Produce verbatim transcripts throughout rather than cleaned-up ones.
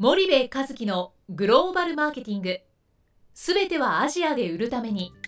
森部一樹のグローバルマーケティング、すべてはアジアで売るために。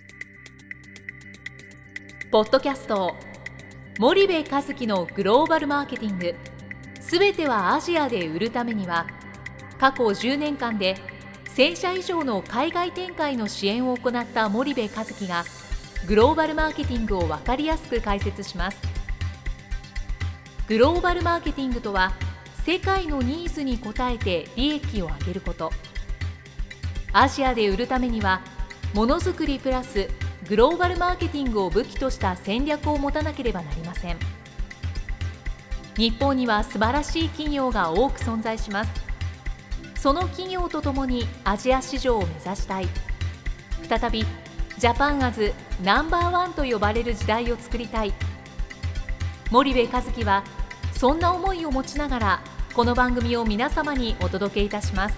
ポッドキャスト森部一樹のグローバルマーケティング、すべてはアジアで売るためには、過去じゅうねんかんでせんしゃ以上の海外展開の支援を行った森部一樹がグローバルマーケティングを分かりやすく解説します。グローバルマーケティングとは、世界のニーズに応えて利益を上げること。アジアで売るためには、ものづくりプラスグローバルマーケティングを武器とした戦略を持たなければなりません。日本には素晴らしい企業が多く存在します。その企業とともにアジア市場を目指したい。再びジャパンアズナンバーワンと呼ばれる時代を作りたい。森部一樹はそんな思いを持ちながら、この番組を皆様にお届けいたします。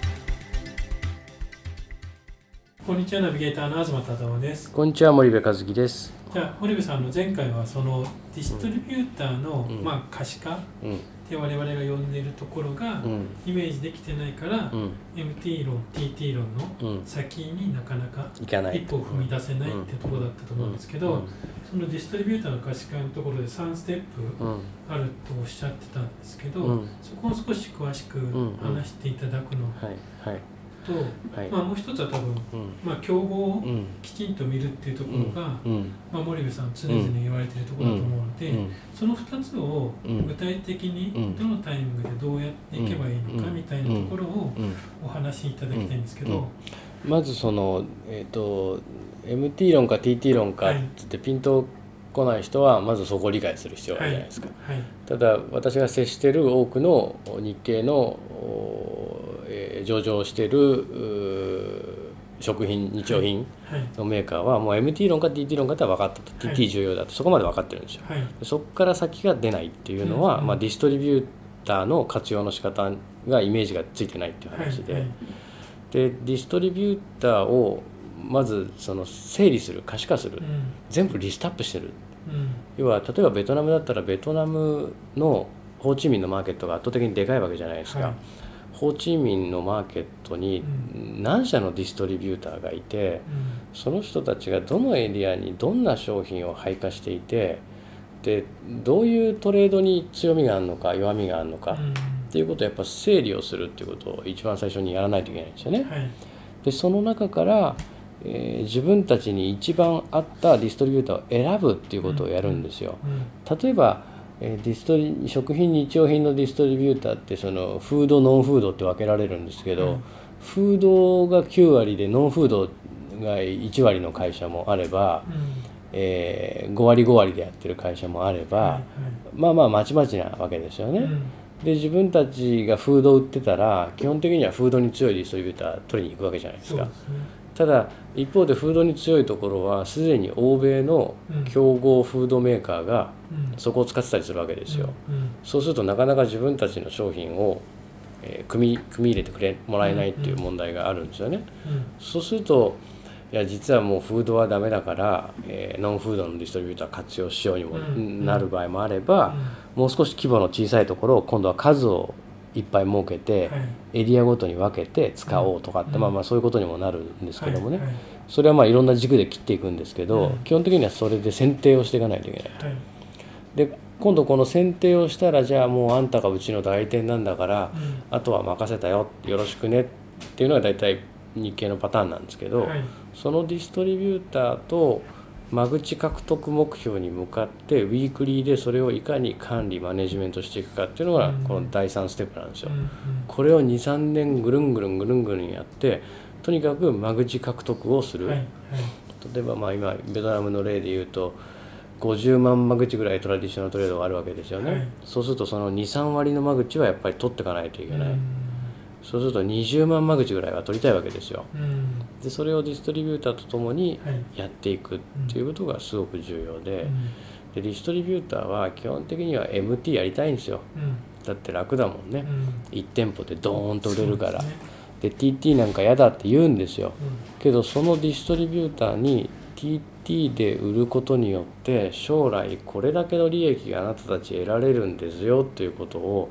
こんにちは、ナビゲーターの東忠夫です。 こんにちは、森部一樹です。 じゃあ森部さんの前回はそのディストリビューターの、 うんまあ、可視化、うん、って我々が呼んでいるところが、うん、イメージできてないから、うん、エムティー 論 ティーティー 論の先になかなか一歩踏み出せないってところだったと思うんですけど、うんうん、そのディストリビューターの可視化のところでさんステップあるとおっしゃってたんですけど、うん、そこを少し詳しく話していただくの、うんうんはいはいと、はいまあ、もう一つは多分、うんまあ、競合をきちんと見るっていうところが、うんうんまあ、森部さん常々言われているところだと思うので、うんうん、そのふたつを具体的にどのタイミングでどうやっていけばいいのかみたいなところをお話しいただきたいんですけど、うんうんうん、 まずその、えーと、エムティー 論か ティーティー 論かってピンと来ない人はまずそこを理解する必要があるじゃないですか、はいはい、ただ私が接している多くの日系の上場している食品日用品のメーカーはもう エムティー 論か ティーティー 論かって分かったと、はい、ティーティー 重要だとそこまで分かってるんですよ、はい、そこから先が出ないっていうのは、うんまあ、ディストリビューターの活用の仕方がイメージがついてないっていう話で、はいはい、でディストリビューターをまずその整理する可視化する、うん、全部リストアップしてる、うん、要は例えばベトナムだったらベトナムのホーチミンのマーケットが圧倒的にでかいわけじゃないですか、はい、ホーチミンのマーケットに何社のディストリビューターがいて、うん、その人たちがどのエリアにどんな商品を配下していて、でどういうトレードに強みがあるのか弱みがあるのか、うん、っていうことをやっぱ整理をするっていうことを一番最初にやらないといけないんですよね、はい、でその中から、えー、自分たちに一番合ったディストリビューターを選ぶっていうことをやるんですよ、うんうん、例えばディストリ食品日用品のディストリビューターってそのフードノンフードって分けられるんですけど、うん、フードがきゅうわりでノンフードがいちわりの会社もあれば、うんえー、ごわりごわりでやってる会社もあれば、はいはい、まあまあまちまちなわけですよね、うん、で自分たちがフードを売ってたら基本的にはフードに強いディストリビューター取りに行くわけじゃないですか。ただ一方でフードに強いところはすでに欧米の競合フードメーカーがそこを使ってたりするわけですよ、うんうん、そうするとなかなか自分たちの商品を、えー、組み、組み入れてくれもらえないっていう問題があるんですよね、うんうん、そうするといや実はもうフードはダメだから、えー、ノンフードのディストリビューター活用しようにもなる場合もあれば、うんうん、もう少し規模の小さいところを今度は数をいっぱい設けて、はい、エリアごとに分けて使おうとかって、うん、まあまあそういうことにもなるんですけどもね、はいはい、それはまあいろんな軸で切っていくんですけど、うん、基本的にはそれで選定をしていかないといけないと、はい、で今度この選定をしたらじゃあもうあんたがうちの代理店なんだから、うん、あとは任せたよよろしくねっていうのが大体日系のパターンなんですけど、はい、そのディストリビューターと間口獲得目標に向かってウィークリーでそれをいかに管理マネジメントしていくかっていうのがこのだいさんステップなんですよ、うんうん、これを にさんねんぐるんぐるんぐるんぐるんやってとにかく間口獲得をする、はいはい、例えばまあ今ベトナムの例で言うとごじゅうまん間口ぐらいトラディショナルトレードがあるわけですよね、はい、そうするとその にさんわりの間口はやっぱり取っていかないといけない、うん、そうするとにじゅうまん間口ぐらいは取りたいわけですよ、うん、でそれをディストリビューターとともにやっていくっていうことがすごく重要で、うん、でディストリビューターは基本的には エムティー やりたいんですよ、うん、だって楽だもんね、うん、いち店舗でドーンと売れるから、で ティーティー なんか嫌だって言うんですよ、うん、けどそのディストリビューターに ティーティー で売ることによって将来これだけの利益があなたたち得られるんですよっていうことを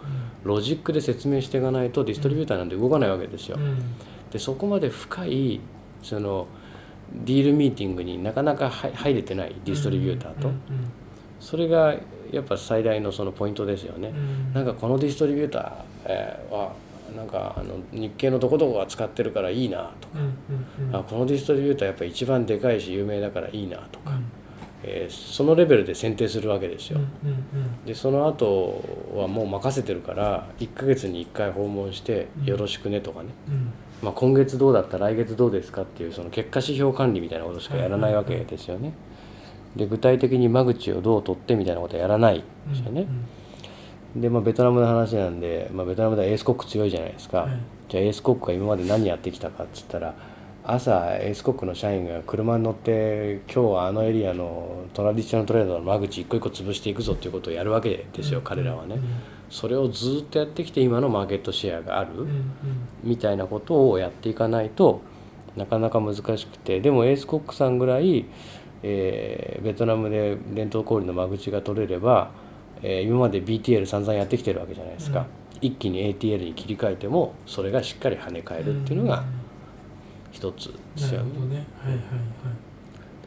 ロジックで説明していかないとディストリビューターなんて動かないわけですよ。でそこまで深いそのディールミーティングになかなか入れてないディストリビューターと、それがやっぱ最大のそのポイントですよね。なんかこのディストリビューターはなんかあの日系のどこどこが使ってるからいいなとか、あこのディストリビューターやっぱ一番でかいし有名だからいいなとか、えー、そのレベルで選定するわけですよ。でその後はもう任せてるからいっかげつにいっかい訪問してよろしくねとかね、まあ、今月どうだった来月どうですかっていうその結果指標管理みたいなことしかやらないわけですよね。で具体的に間口をどう取ってみたいなことはやらないですよね。でまあ、ベトナムの話なんで、まあ、ベトナムではエースコック強いじゃないですか、はい、じゃあエースコックが今まで何やってきたかっつったら、朝エースコックの社員が車に乗って今日はあのエリアのトラディショナルトレードの間口一個一個潰していくぞっていうことをやるわけですよ、うん、彼らはね、うん、それをずっとやってきて今のマーケットシェアがある、うん、みたいなことをやっていかないとなかなか難しくて、でもエースコックさんぐらい、えー、ベトナムで伝統小売の間口が取れれば、えー、今まで ビーティーエル 散々やってきてるわけじゃないですか、うん、一気に エーティーエル に切り替えてもそれがしっかり跳ね返るっていうのが一つですよね。 なるほどね、はいはいはい、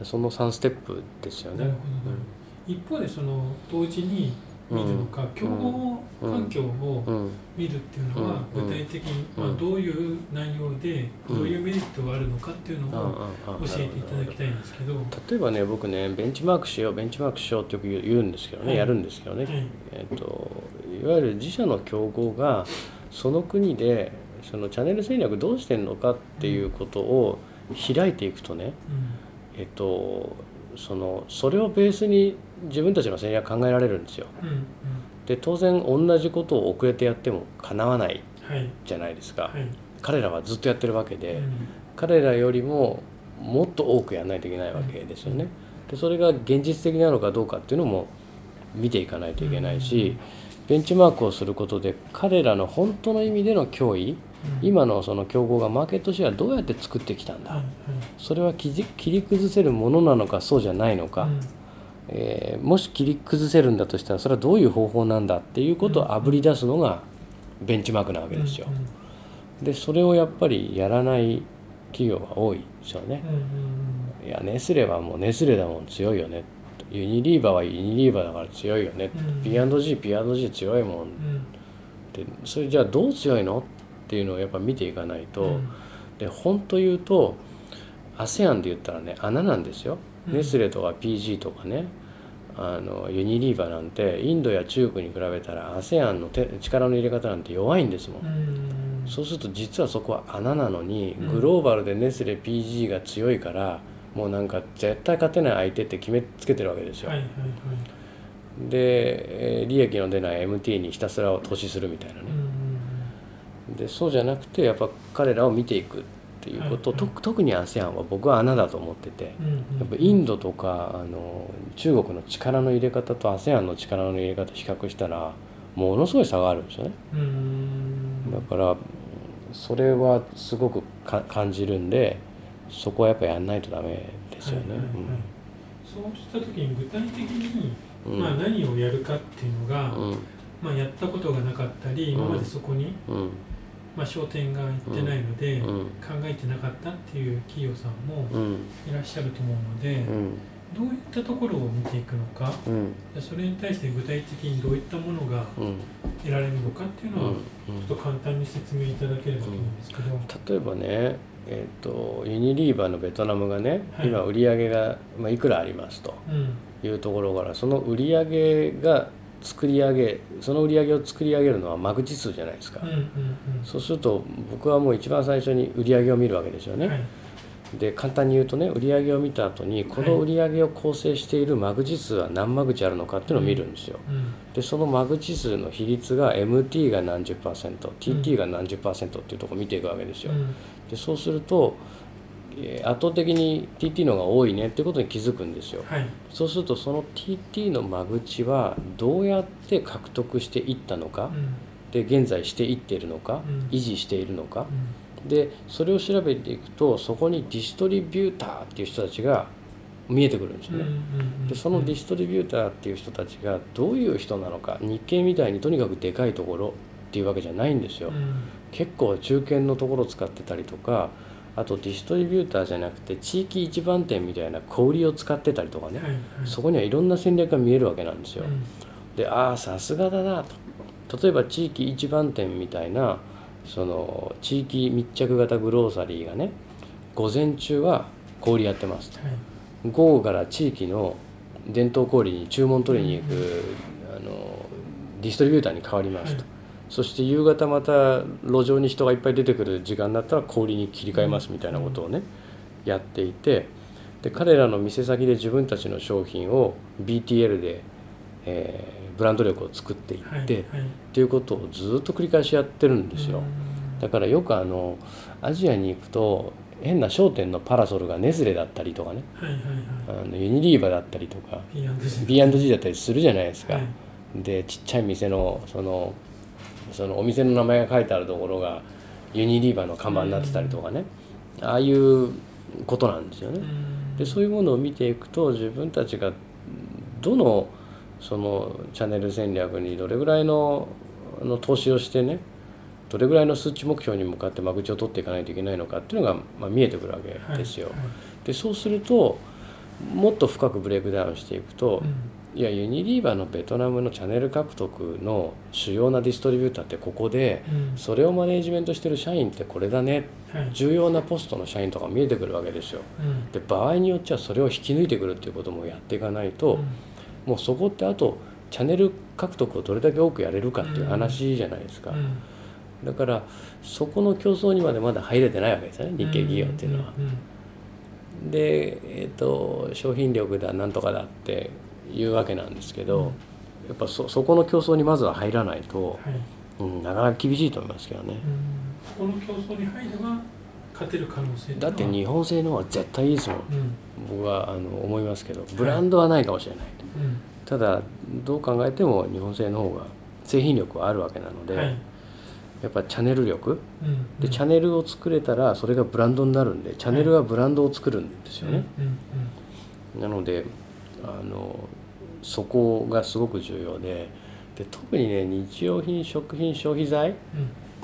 そのさんステップですよね。 なるほど、うん、一方でその同時に見るのか、うん、競合環境を見るっていうのは、うん、具体的に、まあ、どういう内容でどういうメリットがあるのかっていうのを教えていただきたいんですけど、 例えばね僕ねベンチマークしようベンチマークしようってよく言うんですけどね、はい、やるんですけどね、はい、えーと、いわゆる自社の競合がその国でそのチャンネル戦略どうしてんのかっていうことを開いていくとね、うん、えっとそのそれをベースに自分たちの戦略考えられるんですよ、うんうん、で当然同じことを遅れてやってもかなわないじゃないですか、はいはい、彼らはずっとやってるわけで、うん、彼らよりももっと多くやらないといけないわけですよね、でそれが現実的なのかどうかっていうのも見ていかないといけないし、うん、ベンチマークをすることで彼らの本当の意味での脅威、うん、今のその競合がマーケットシェアどうやって作ってきたんだ、うん、それは切り崩せるものなのかそうじゃないのか、うんえー、もし切り崩せるんだとしたらそれはどういう方法なんだっていうことをあぶり出すのがベンチマークなわけですよ。でそれをやっぱりやらない企業が多いですよね。いやネスレはもうネスレだもん強いよね、ユニリーバーはユニリーバーだから強いよね、ピーアンドジー ピーアンドジー 強いもん、でそれじゃあどう強いのっていうのをやっぱ見ていかないと、で本当言うと アセアン で言ったらね穴なんですよ。ネスレとか ピージー とかねあのユニリーバーなんてインドや中国に比べたら アセアン の力の入れ方なんて弱いんですもん、うん、そうすると実はそこは穴なのに、うん、グローバルでネスレ ピージー が強いからもうなんか絶対勝てない相手って決めつけてるわけですよ、はいはいはい、で利益の出ない エムティー にひたすら投資するみたいなね、うん、でそうじゃなくてやっぱ彼らを見ていくっていうこと、はいはい、特に アセアン は僕は穴だと思ってて、うんうん、やっぱインドとかあの中国の力の入れ方と アセアン の力の入れ方比較したらものすごい差があるんですよね。うんだからそれはすごくか感じるんでそこはやっぱやらないとダメですよね。はいはいはい、うん、 そうした時に具体的に、うんまあ、何をやるかっていうのが、うんまあ、やったことがなかったり、うん、今までそこに、うんまあ、焦点がいってないので、うん、考えてなかったっていう企業さんもいらっしゃると思うので、うん、どういったところを見ていくのか、うん、それに対して具体的にどういったものが得られるのかっていうのは、ちょっと簡単に説明いただければと思うんですけど、 例えばね、えーと、ユニリーバーのベトナムがね、はい、今売り上げが、まあ、いくらありますというところからその売り上げが作り上げその売り上げを作り上げるのは間口数じゃないですか、うんうんうん、そうすると僕はもう一番最初に売り上げを見るわけですよね、はい、で簡単に言うとね売り上げを見た後にこの売り上げを構成している間口数は何間口あるのかっていうのを見るんですよ、うんうん、でその間口数の比率が エムティー が何十パーセント ティーティー が何十パーセントっていうところを見ていくわけですよ、うん、でそうすると圧倒的に ティーティー の方が多いねっていうことに気づくんですよ、はい、そうするとその ティーティー の間口はどうやって獲得していったのか、うん、で現在していっているのか、うん、維持しているのか、うん、でそれを調べていくとそこにディストリビューターっていう人たちが見えてくるんですよね、うんうんうん、でそのディストリビューターっていう人たちがどういう人なのか日系みたいにとにかくでかいところっていうわけじゃないんですよ、うん、結構中堅のところを使ってたりとか、あとディストリビューターじゃなくて地域一番店みたいな小売りを使ってたりとかね、はいはい、そこにはいろんな戦略が見えるわけなんですよ、うん、で、ああさすがだなと。例えば地域一番店みたいなその地域密着型グローサリーがね、午前中は小売りやってますと、はい、午後から地域の伝統小売に注文取りに行く、うん、あのディストリビューターに変わりますと、はい、そして夕方また路上に人がいっぱい出てくる時間になったら小売りに切り替えますみたいなことをね、うん、やっていて、で彼らの店先で自分たちの商品を ビーティーエル で、えー、ブランド力を作っていって、はいはい、っていうことをずっと繰り返しやってるんですよ。だからよくあのアジアに行くと変な商店のパラソルがネスレだったりとかね、はいはいはい、あのユニリーバだったりとか ビーアンドジー だったりするじゃないですか、はい、でちっちゃい店のそのそのお店の名前が書いてあるところがユニリーバの看板になってたりとかね、うん、ああいうことなんですよね、うん、でそういうものを見ていくと自分たちがどのそのチャンネル戦略にどれぐらいの、あの投資をしてね、どれぐらいの数値目標に向かって間口を取っていかないといけないのかっていうのが、まあ、見えてくるわけですよ、はいはい、でそうするともっと深くブレイクダウンしていくと、うん、いやユニリーバーのベトナムのチャンネル獲得の主要なディストリビューターってここで、うん、それをマネージメントしてる社員ってこれだね、はい、重要なポストの社員とか見えてくるわけですよ、うん、で場合によっちゃそれを引き抜いてくるっていうこともやっていかないと、うん、もうそこってあとチャンネル獲得をどれだけ多くやれるかっていう話じゃないですか、うんうん、だからそこの競争にまでまだ入れてないわけですよね、日系企業っていうのは、うんうんうん、で、えーと、商品力だなんとかだっていうわけなんですけど、うん、やっぱ そ, そこの競争にまずは入らないと、はい、うん、なかなか厳しいと思いますけどね、 うん、そこの競争に入れば勝てる可能性だって日本製の方が絶対いいですもん、うん、僕はあの思いますけど、ブランドはないかもしれない、はい、うん、ただどう考えても日本製の方が製品力はあるわけなので、はい、やっぱチャンネル力、うんうん、でチャンネルを作れたらそれがブランドになるんで、チャンネルはブランドを作るんですよね、うんうんうん、なのであのそこがすごく重要 で, で特にね、日用品食品消費財、うん、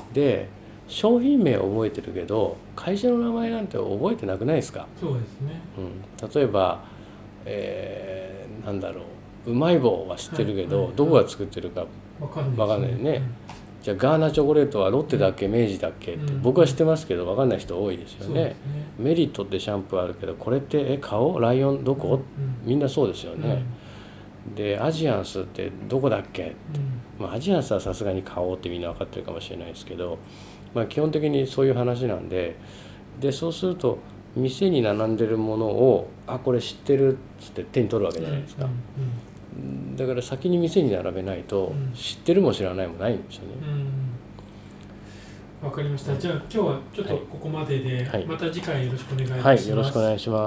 で商品名を覚えてるけど会社の名前なんて覚えてなくないですか。 そうですね、 うん、例えば、えー、なんだろう、うまい棒は知ってるけど、はいはいはい、どこが作ってるか分かんないよね、うん、じゃあガーナチョコレートはロッテだっけ、うん、明治だっけって、うん、僕は知ってますけど分かんない人多いですよ ね, ねメリットってシャンプーあるけどこれってえ顔ライオンどこ、うん、みんなそうですよね、うん、でアジアンスってどこだっけって、うん、まあ、アジアンスはさすがに顔ってみんな分かってるかもしれないですけど、まあ、基本的にそういう話なんで、でそうすると店に並んでるものをあこれ知ってるっつって手に取るわけじゃないですか、うんうん、だから先に店に並べないと、うん、知ってるも知らないもないんですよね。 わ、うん、かりました。じゃあ今日はちょっとここまでで、はい、また次回よろしくお願いします。 はい、よろしくお願いします。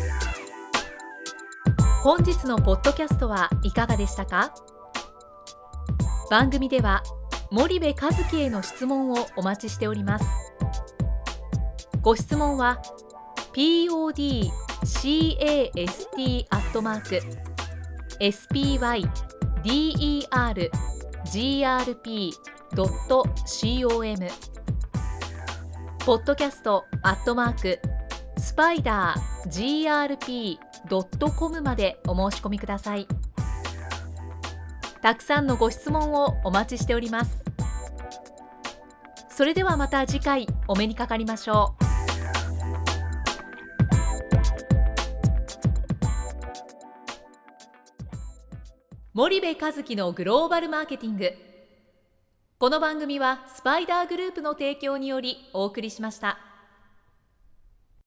本日のポッドキャストはいかがでしたか。番組では森部一樹への質問をお待ちしております。ご質問は ピーオーディーキャスト アットマーク エスピーワイディーイーアールジーアールピー ドット コム ポッドキャストアットマークスパイダー ジーアールピー ドット コム までお申し込みください。たくさんのご質問をお待ちしております。それではまた次回お目にかかりましょう。森部一樹のグローバルマーケティング。この番組はスパイダーグループの提供によりお送りしました。